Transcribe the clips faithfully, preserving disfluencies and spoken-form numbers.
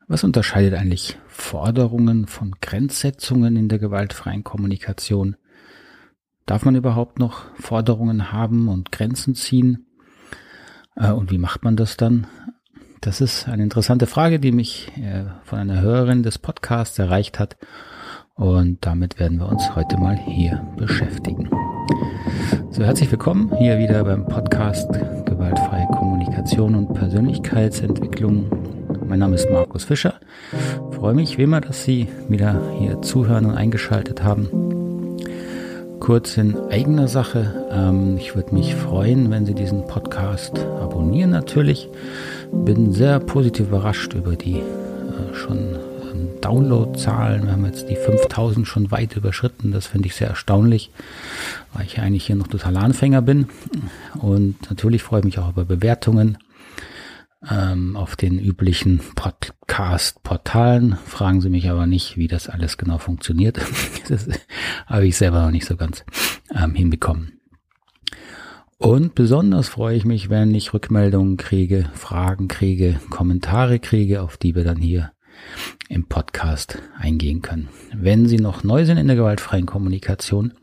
Was unterscheidet eigentlich Forderungen von Grenzsetzungen in der gewaltfreien Kommunikation? Darf man überhaupt noch Forderungen haben und Grenzen ziehen? Und wie macht man das dann? Das ist eine interessante Frage, die mich von einer Hörerin des Podcasts erreicht hat. Und damit werden wir uns heute mal hier beschäftigen. So, herzlich willkommen hier wieder beim Podcast Gewaltfreie Kommunikation und Persönlichkeitsentwicklung. Mein Name ist Markus Fischer. Ich freue mich wie immer, dass Sie wieder hier zuhören und eingeschaltet haben. Kurz in eigener Sache. Ähm, ich würde mich freuen, wenn Sie diesen Podcast abonnieren natürlich. Bin sehr positiv überrascht über die äh, schon ähm, Downloadzahlen. Wir haben jetzt die fünftausend schon weit überschritten. Das finde ich sehr erstaunlich, weil ich eigentlich hier noch totaler Anfänger bin. Und natürlich freue ich mich auch über Bewertungen ähm, auf den üblichen Podcast-Portalen. Fragen Sie mich aber nicht, wie das alles genau funktioniert. Das habe ich selber noch nicht so ganz ähm, hinbekommen. Und besonders freue ich mich, wenn ich Rückmeldungen kriege, Fragen kriege, Kommentare kriege, auf die wir dann hier im Podcast eingehen können. Wenn Sie noch neu sind in der gewaltfreien Kommunikation,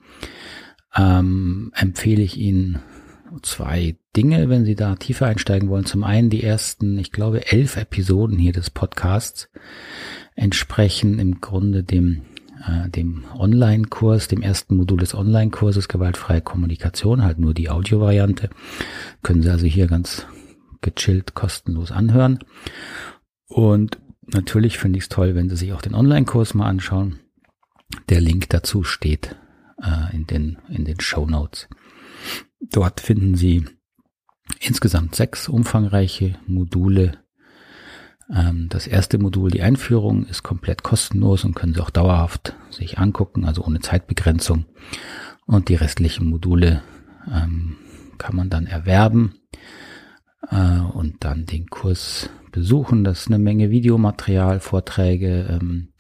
ähm, empfehle ich Ihnen zwei Dinge, wenn Sie da tiefer einsteigen wollen. Zum einen die ersten, ich glaube, elf Episoden hier des Podcasts entsprechen im Grunde dem äh, dem Online-Kurs, dem ersten Modul des Online-Kurses Gewaltfreie Kommunikation, halt nur die Audio-Variante. Können Sie also hier ganz gechillt kostenlos anhören. Und natürlich finde ich es toll, wenn Sie sich auch den Online-Kurs mal anschauen. Der Link dazu steht äh, in den in den Shownotes. Dort finden Sie insgesamt sechs umfangreiche Module. Ähm, das erste Modul, die Einführung, ist komplett kostenlos und können Sie auch dauerhaft sich angucken, also ohne Zeitbegrenzung. Und die restlichen Module ähm, kann man dann erwerben äh, und dann den Kurs besuchen. Das ist eine Menge Videomaterial, Vorträge, ähm,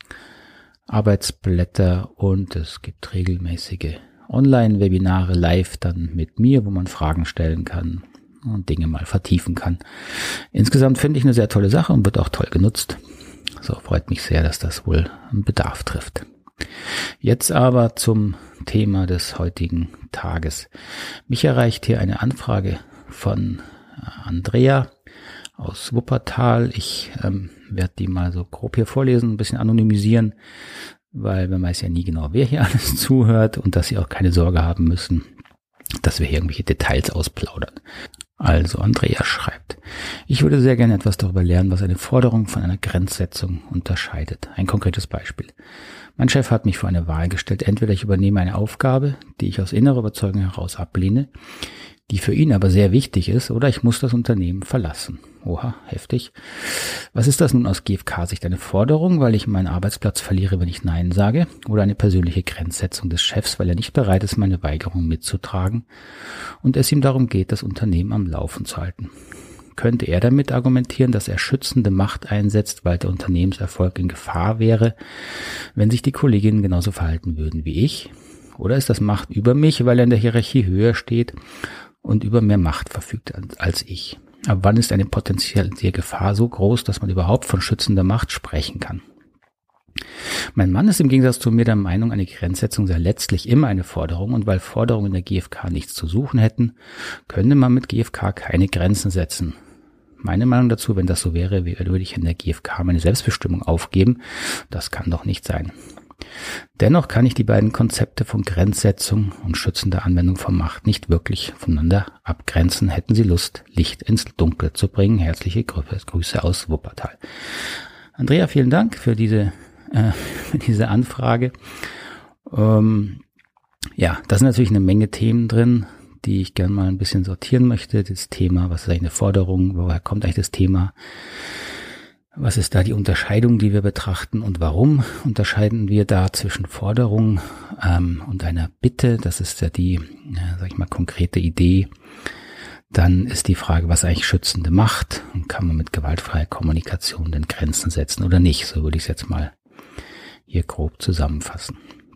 Arbeitsblätter und es gibt regelmäßige Online-Webinare live dann mit mir, wo man Fragen stellen kann und Dinge mal vertiefen kann. Insgesamt finde ich eine sehr tolle Sache und wird auch toll genutzt. So, freut mich sehr, dass das wohl einen Bedarf trifft. Jetzt aber zum Thema des heutigen Tages. Mich erreicht hier eine Anfrage von Andrea aus Wuppertal. Ich ähm, werde die mal so grob hier vorlesen, ein bisschen anonymisieren, weil man weiß ja nie genau, wer hier alles zuhört und dass Sie auch keine Sorge haben müssen, dass wir hier irgendwelche Details ausplaudern. Also Andrea schreibt: Ich würde sehr gerne etwas darüber lernen, was eine Forderung von einer Grenzsetzung unterscheidet. Ein konkretes Beispiel. Mein Chef hat mich vor eine Wahl gestellt. Entweder ich übernehme eine Aufgabe, die ich aus innerer Überzeugung heraus ablehne, die für ihn aber sehr wichtig ist, oder ich muss das Unternehmen verlassen. Oha, heftig. Was ist das nun aus G F K-Sicht? Eine Forderung, weil ich meinen Arbeitsplatz verliere, wenn ich Nein sage? Oder eine persönliche Grenzsetzung des Chefs, weil er nicht bereit ist, meine Weigerung mitzutragen und es ihm darum geht, das Unternehmen am Laufen zu halten? Könnte er damit argumentieren, dass er schützende Macht einsetzt, weil der Unternehmenserfolg in Gefahr wäre, wenn sich die Kolleginnen genauso verhalten würden wie ich? Oder ist das Macht über mich, weil er in der Hierarchie höher steht und über mehr Macht verfügt als ich? Aber wann ist eine potenzielle Gefahr so groß, dass man überhaupt von schützender Macht sprechen kann? Mein Mann ist im Gegensatz zu mir der Meinung, eine Grenzsetzung sei letztlich immer eine Forderung, und weil Forderungen in der G F K nichts zu suchen hätten, könnte man mit G F K keine Grenzen setzen. Meine Meinung dazu: Wenn das so wäre, würde ich in der G F K meine Selbstbestimmung aufgeben. Das kann doch nicht sein. Dennoch kann ich die beiden Konzepte von Grenzsetzung und schützender Anwendung von Macht nicht wirklich voneinander abgrenzen. Hätten Sie Lust, Licht ins Dunkel zu bringen? Herzliche Grüße aus Wuppertal. Andrea, vielen Dank für diese, äh, für diese Anfrage. Ähm, ja, da sind natürlich eine Menge Themen drin, die ich gerne mal ein bisschen sortieren möchte. Das Thema, was ist eigentlich eine Forderung? Woher kommt eigentlich das Thema? Was ist da die Unterscheidung, die wir betrachten, und warum unterscheiden wir da zwischen Forderung ähm, und einer Bitte? Das ist ja die, ja, sag ich mal, konkrete Idee. Dann ist die Frage, was eigentlich schützende Macht, und kann man mit gewaltfreier Kommunikation denn Grenzen setzen oder nicht? So würde ich es jetzt mal hier grob zusammenfassen.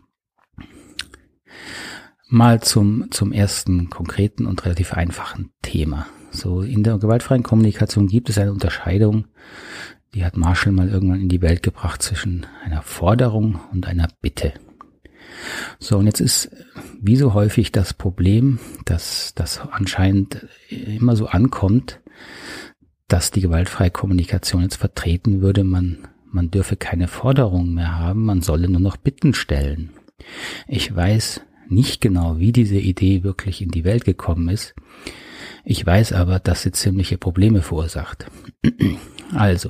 Mal zum zum ersten konkreten und relativ einfachen Thema. So, in der gewaltfreien Kommunikation gibt es eine Unterscheidung, die hat Marshall mal irgendwann in die Welt gebracht zwischen einer Forderung und einer Bitte. So, und jetzt ist wie so häufig das Problem, dass das anscheinend immer so ankommt, dass die gewaltfreie Kommunikation jetzt vertreten würde, man, man dürfe keine Forderungen mehr haben, man solle nur noch Bitten stellen. Ich weiß nicht genau, wie diese Idee wirklich in die Welt gekommen ist. Ich weiß aber, dass sie ziemliche Probleme verursacht. Also,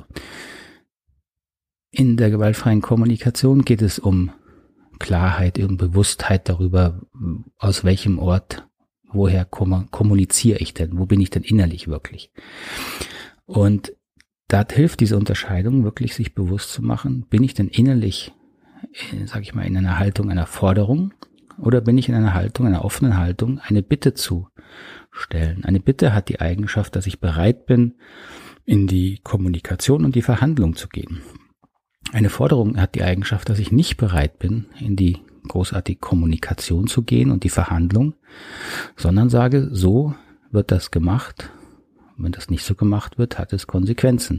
in der gewaltfreien Kommunikation geht es um Klarheit und Bewusstheit darüber, aus welchem Ort, woher kommuniziere ich denn, wo bin ich denn innerlich wirklich. Und da hilft diese Unterscheidung wirklich, sich bewusst zu machen, bin ich denn innerlich, sage ich mal, in einer Haltung einer Forderung oder bin ich in einer Haltung, einer offenen Haltung, eine Bitte zu stellen. Eine Bitte hat die Eigenschaft, dass ich bereit bin, in die Kommunikation und die Verhandlung zu gehen. Eine Forderung hat die Eigenschaft, dass ich nicht bereit bin, in die großartige Kommunikation zu gehen und die Verhandlung, sondern sage, so wird das gemacht. Wenn das nicht so gemacht wird, hat es Konsequenzen.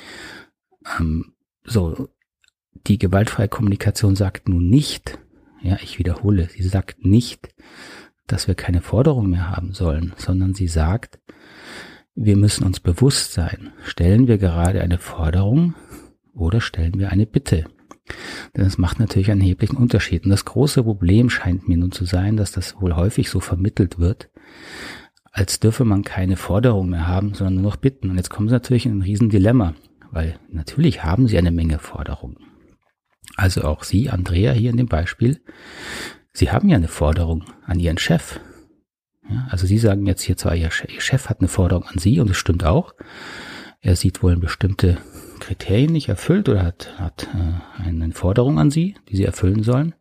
Ähm, so, die gewaltfreie Kommunikation sagt nun nicht, ja, ich wiederhole, sie sagt nicht, dass wir keine Forderung mehr haben sollen, sondern sie sagt, wir müssen uns bewusst sein, stellen wir gerade eine Forderung oder stellen wir eine Bitte? Denn es macht natürlich einen erheblichen Unterschied. Und das große Problem scheint mir nun zu sein, dass das wohl häufig so vermittelt wird, als dürfe man keine Forderung mehr haben, sondern nur noch Bitten. Und jetzt kommen sie natürlich in ein Riesendilemma, weil natürlich haben sie eine Menge Forderungen. Also auch Sie, Andrea, hier in dem Beispiel, Sie haben ja eine Forderung an Ihren Chef. Ja, also Sie sagen jetzt hier zwar, Ihr Chef hat eine Forderung an Sie und es stimmt auch. Er sieht wohl bestimmte Kriterien nicht erfüllt oder hat, hat äh, eine Forderung an Sie, die Sie erfüllen sollen.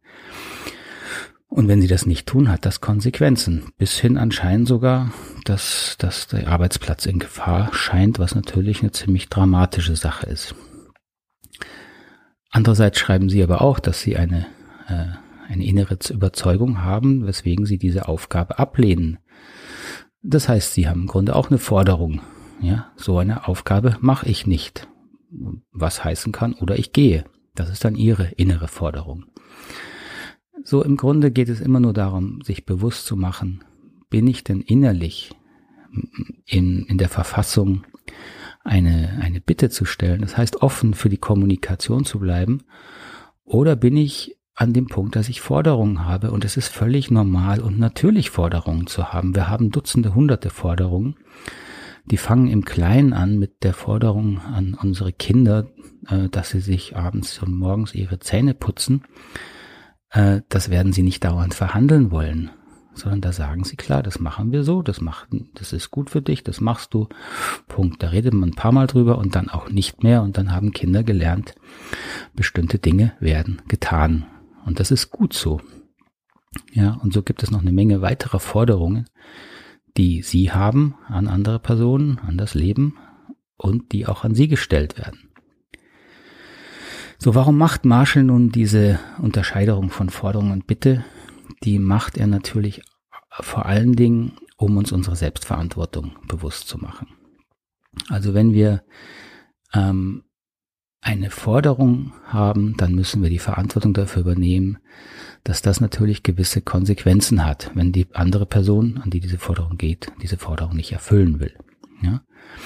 Und wenn Sie das nicht tun, hat das Konsequenzen. Bis hin anscheinend sogar, dass, dass der Arbeitsplatz in Gefahr scheint, was natürlich eine ziemlich dramatische Sache ist. Andererseits schreiben Sie aber auch, dass Sie eine, äh, eine innere Überzeugung haben, weswegen Sie diese Aufgabe ablehnen. Das heißt, Sie haben im Grunde auch eine Forderung. Ja, so eine Aufgabe mache ich nicht. Was heißen kann, oder ich gehe. Das ist dann Ihre innere Forderung. So im Grunde geht es immer nur darum, sich bewusst zu machen, bin ich denn innerlich in, in der Verfassung, eine, eine Bitte zu stellen, das heißt offen für die Kommunikation zu bleiben, oder bin ich an dem Punkt, dass ich Forderungen habe und es ist völlig normal und natürlich Forderungen zu haben. Wir haben Dutzende, Hunderte Forderungen. Die fangen im Kleinen an mit der Forderung an unsere Kinder, äh, dass sie sich abends und morgens ihre Zähne putzen. Äh, das werden sie nicht dauernd verhandeln wollen, sondern da sagen sie, klar, das machen wir so, das macht, das ist gut für dich, das machst du. Punkt. Da redet man ein paar Mal drüber und dann auch nicht mehr und dann haben Kinder gelernt, bestimmte Dinge werden getan. Und das ist gut so. Ja, und so gibt es noch eine Menge weiterer Forderungen, die Sie haben an andere Personen, an das Leben und die auch an Sie gestellt werden. So, warum macht Marshall nun diese Unterscheidung von Forderung und Bitte? Die macht er natürlich vor allen Dingen, um uns unsere Selbstverantwortung bewusst zu machen. Also wenn wir ähm, eine Forderung haben, dann müssen wir die Verantwortung dafür übernehmen, dass das natürlich gewisse Konsequenzen hat, wenn die andere Person, an die diese Forderung geht, diese Forderung nicht erfüllen will. Ja?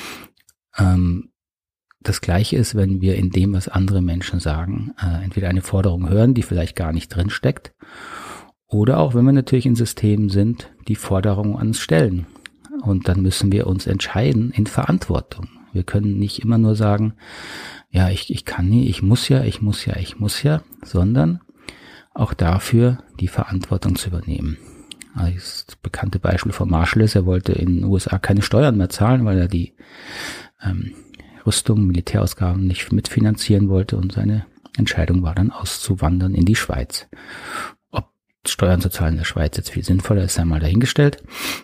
Ähm, das Gleiche ist, wenn wir in dem, was andere Menschen sagen, äh, entweder eine Forderung hören, die vielleicht gar nicht drin steckt, oder auch, wenn wir natürlich in Systemen sind, die Forderungen an uns stellen. Und dann müssen wir uns entscheiden in Verantwortung. Wir können nicht immer nur sagen, ja, ich, ich kann nie, ich muss ja, ich muss ja, ich muss ja, sondern auch dafür die Verantwortung zu übernehmen. Also das bekannte Beispiel von Marshall ist, er wollte in den U S A keine Steuern mehr zahlen, weil er die ähm, Rüstung, Militärausgaben nicht mitfinanzieren wollte und seine Entscheidung war dann auszuwandern in die Schweiz. Ob Steuern zu zahlen in der Schweiz jetzt viel sinnvoller ist, sei mal dahingestellt.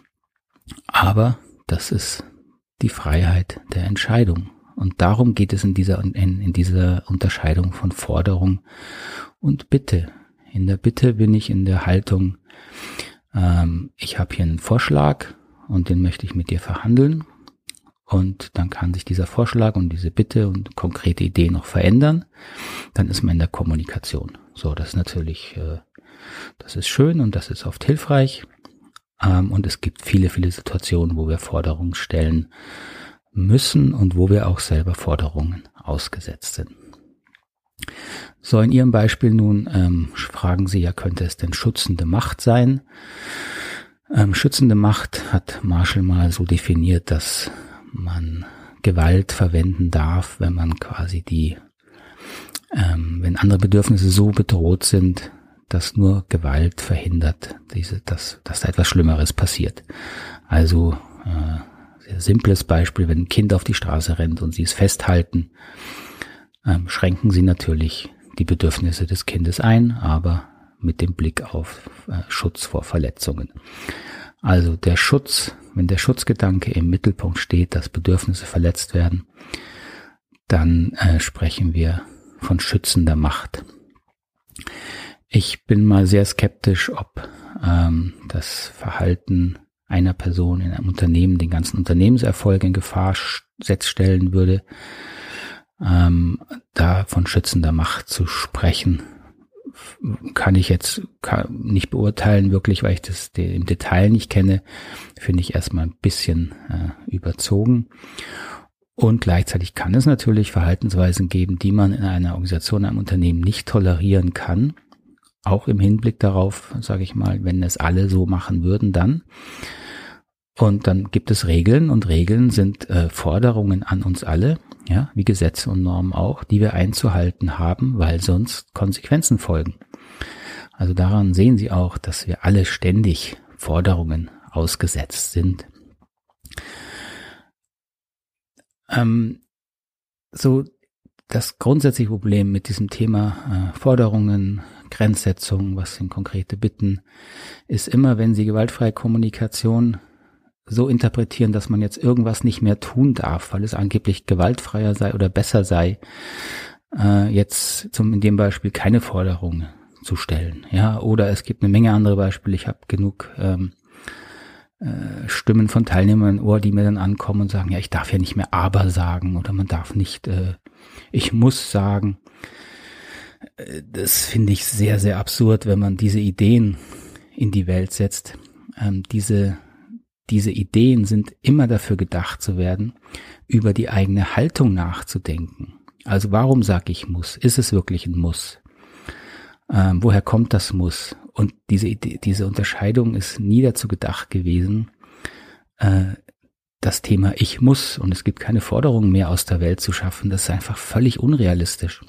Aber das ist die Freiheit der Entscheidung. Und darum geht es in dieser, in, in dieser Unterscheidung von Forderung und Bitte. In der Bitte bin ich in der Haltung, ähm, ich habe hier einen Vorschlag und den möchte ich mit dir verhandeln. und dann kann sich dieser Vorschlag und diese Bitte und konkrete Idee noch verändern, dann ist man in der Kommunikation. So, das ist natürlich, äh, das ist schön und das ist oft hilfreich. Ähm, und es gibt viele, viele Situationen, wo wir Forderungen stellen müssen und wo wir auch selber Forderungen ausgesetzt sind. So, in Ihrem Beispiel nun ähm, fragen Sie ja, könnte es denn schützende Macht sein? Ähm, schützende Macht hat Marshall mal so definiert, dass man Gewalt verwenden darf, wenn man quasi die, ähm, wenn andere Bedürfnisse so bedroht sind, dass nur Gewalt verhindert, diese, dass, dass da etwas Schlimmeres passiert. Also äh, sehr simples Beispiel, wenn ein Kind auf die Straße rennt und Sie es festhalten, ähm, schränken Sie natürlich die Bedürfnisse des Kindes ein, aber mit dem Blick auf äh, Schutz vor Verletzungen. Also der Schutz, wenn der Schutzgedanke im Mittelpunkt steht, dass Bedürfnisse verletzt werden, dann äh, sprechen wir von schützender Macht. Ich bin mal sehr skeptisch, ob ähm, das Verhalten einer Person in einem Unternehmen den ganzen Unternehmenserfolg in Gefahr setzt, stellen würde. Ähm, da von schützender Macht zu sprechen, kann ich jetzt nicht beurteilen, wirklich, weil ich das im Detail nicht kenne, finde ich erstmal ein bisschen äh, überzogen. Und gleichzeitig kann es natürlich Verhaltensweisen geben, die man in einer Organisation, einem Unternehmen nicht tolerieren kann. Auch im Hinblick darauf, sage ich mal, wenn es alle so machen würden, dann. Und dann gibt es Regeln und Regeln sind äh, Forderungen an uns alle, ja, wie Gesetze und Normen auch, die wir einzuhalten haben, weil sonst Konsequenzen folgen. Also daran sehen Sie auch, dass wir alle ständig Forderungen ausgesetzt sind. Ähm, so das grundsätzliche Problem mit diesem Thema äh, Forderungen, Grenzsetzung, was sind konkrete Bitten, ist immer, wenn Sie gewaltfreie Kommunikation so interpretieren, dass man jetzt irgendwas nicht mehr tun darf, weil es angeblich gewaltfreier sei oder besser sei, äh, jetzt zum in dem Beispiel keine Forderung zu stellen. Ja, oder es gibt eine Menge andere Beispiele. Ich habe genug ähm, äh, Stimmen von Teilnehmern im Ohr, die mir dann ankommen und sagen, ja, ich darf ja nicht mehr aber sagen oder man darf nicht, äh, ich muss sagen. Das finde ich sehr, sehr absurd, wenn man diese Ideen in die Welt setzt. Ähm, diese Diese Ideen sind immer dafür gedacht zu werden, über die eigene Haltung nachzudenken. Also warum sage ich muss? Ist es wirklich ein Muss? Ähm, woher kommt das Muss? Und diese Idee, diese Unterscheidung ist nie dazu gedacht gewesen, äh, das Thema ich muss und es gibt keine Forderungen mehr aus der Welt zu schaffen. Das ist einfach völlig unrealistisch.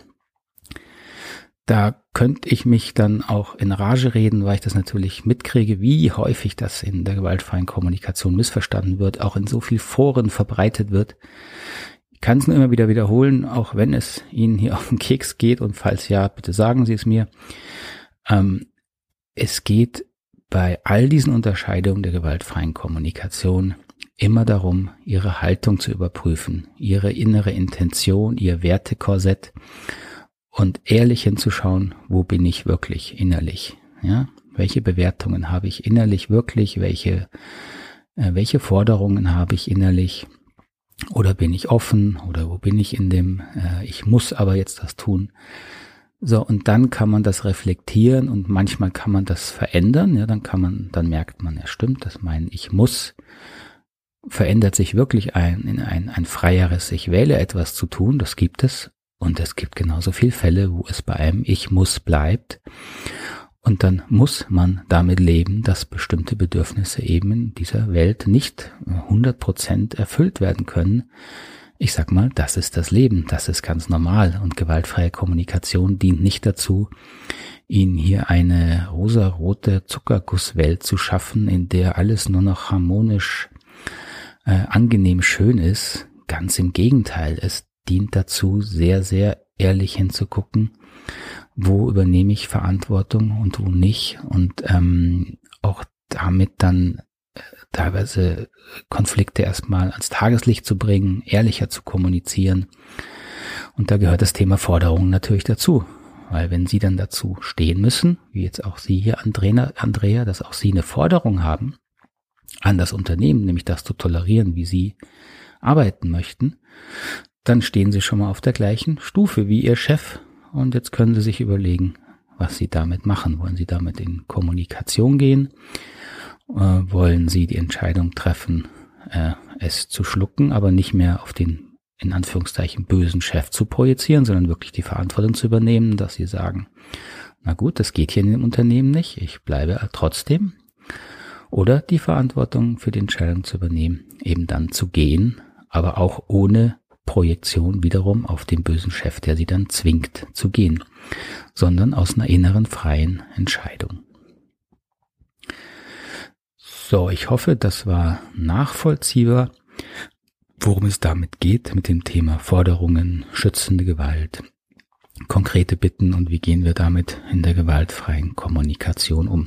Da könnte ich mich dann auch in Rage reden, weil ich das natürlich mitkriege, wie häufig das in der gewaltfreien Kommunikation missverstanden wird, auch in so vielen Foren verbreitet wird. Ich kann es nur immer wieder wiederholen, auch wenn es Ihnen hier auf den Keks geht und falls ja, bitte sagen Sie es mir. Ähm, es geht bei all diesen Unterscheidungen der gewaltfreien Kommunikation immer darum, Ihre Haltung zu überprüfen, Ihre innere Intention, Ihr Wertekorsett, und ehrlich hinzuschauen, wo bin ich wirklich innerlich? Ja, welche Bewertungen habe ich innerlich wirklich? Welche, äh, welche Forderungen habe ich innerlich? Oder bin ich offen? Oder wo bin ich in dem, äh, ich muss aber jetzt das tun? So, und dann kann man das reflektieren und manchmal kann man das verändern. Ja, dann kann man, dann merkt man, ja stimmt, das mein Ich muss verändert sich wirklich ein, in ein, ein freieres, ich wähle etwas zu tun, das gibt es. Und es gibt genauso viele Fälle, wo es bei einem Ich muss bleibt. Und dann muss man damit leben, dass bestimmte Bedürfnisse eben in dieser Welt nicht hundert Prozent erfüllt werden können. Ich sag mal, das ist das Leben, das ist ganz normal. Und gewaltfreie Kommunikation dient nicht dazu, Ihnen hier eine rosarote Zuckergusswelt zu schaffen, in der alles nur noch harmonisch, äh, angenehm schön ist. Ganz im Gegenteil, es dient dazu, sehr, sehr ehrlich hinzugucken, wo übernehme ich Verantwortung und wo nicht und ähm, auch damit dann äh, teilweise Konflikte erstmal ans Tageslicht zu bringen, ehrlicher zu kommunizieren. Und da gehört das Thema Forderung natürlich dazu, weil wenn Sie dann dazu stehen müssen, wie jetzt auch Sie hier, Andrea, Andrea, dass auch Sie eine Forderung haben an das Unternehmen, nämlich das zu tolerieren, wie Sie arbeiten möchten, dann stehen Sie schon mal auf der gleichen Stufe wie Ihr Chef und jetzt können Sie sich überlegen, was Sie damit machen. Wollen Sie damit in Kommunikation gehen? Äh, wollen Sie die Entscheidung treffen, äh, es zu schlucken, aber nicht mehr auf den, in Anführungszeichen, bösen Chef zu projizieren, sondern wirklich die Verantwortung zu übernehmen, dass Sie sagen, na gut, das geht hier in dem Unternehmen nicht, ich bleibe trotzdem. Oder die Verantwortung für die Entscheidung zu übernehmen, eben dann zu gehen, aber auch ohne Projektion wiederum auf den bösen Chef, der Sie dann zwingt zu gehen, sondern aus einer inneren freien Entscheidung. So, ich hoffe, das war nachvollziehbar, worum es damit geht, mit dem Thema Forderungen, schützende Gewalt, konkrete Bitten und wie gehen wir damit in der gewaltfreien Kommunikation um.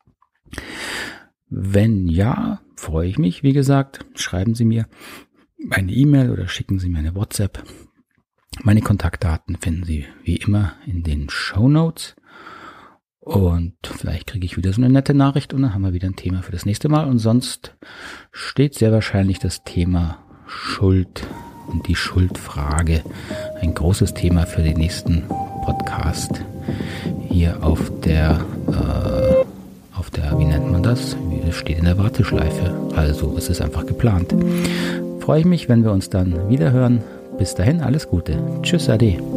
Wenn ja, freue ich mich. Wie gesagt, schreiben Sie mir eine E-Mail oder schicken Sie mir eine WhatsApp. Meine Kontaktdaten finden Sie wie immer in den Shownotes. Und vielleicht kriege ich wieder so eine nette Nachricht und dann haben wir wieder ein Thema für das nächste Mal. Und sonst steht sehr wahrscheinlich das Thema Schuld und die Schuldfrage. Ein großes Thema für den nächsten Podcast hier auf der äh, auf der, wie nennt man das? Das steht in der Warteschleife. Also ist es einfach geplant. Freue ich mich, wenn wir uns dann wieder hören. Bis dahin, alles Gute. Tschüss, Ade.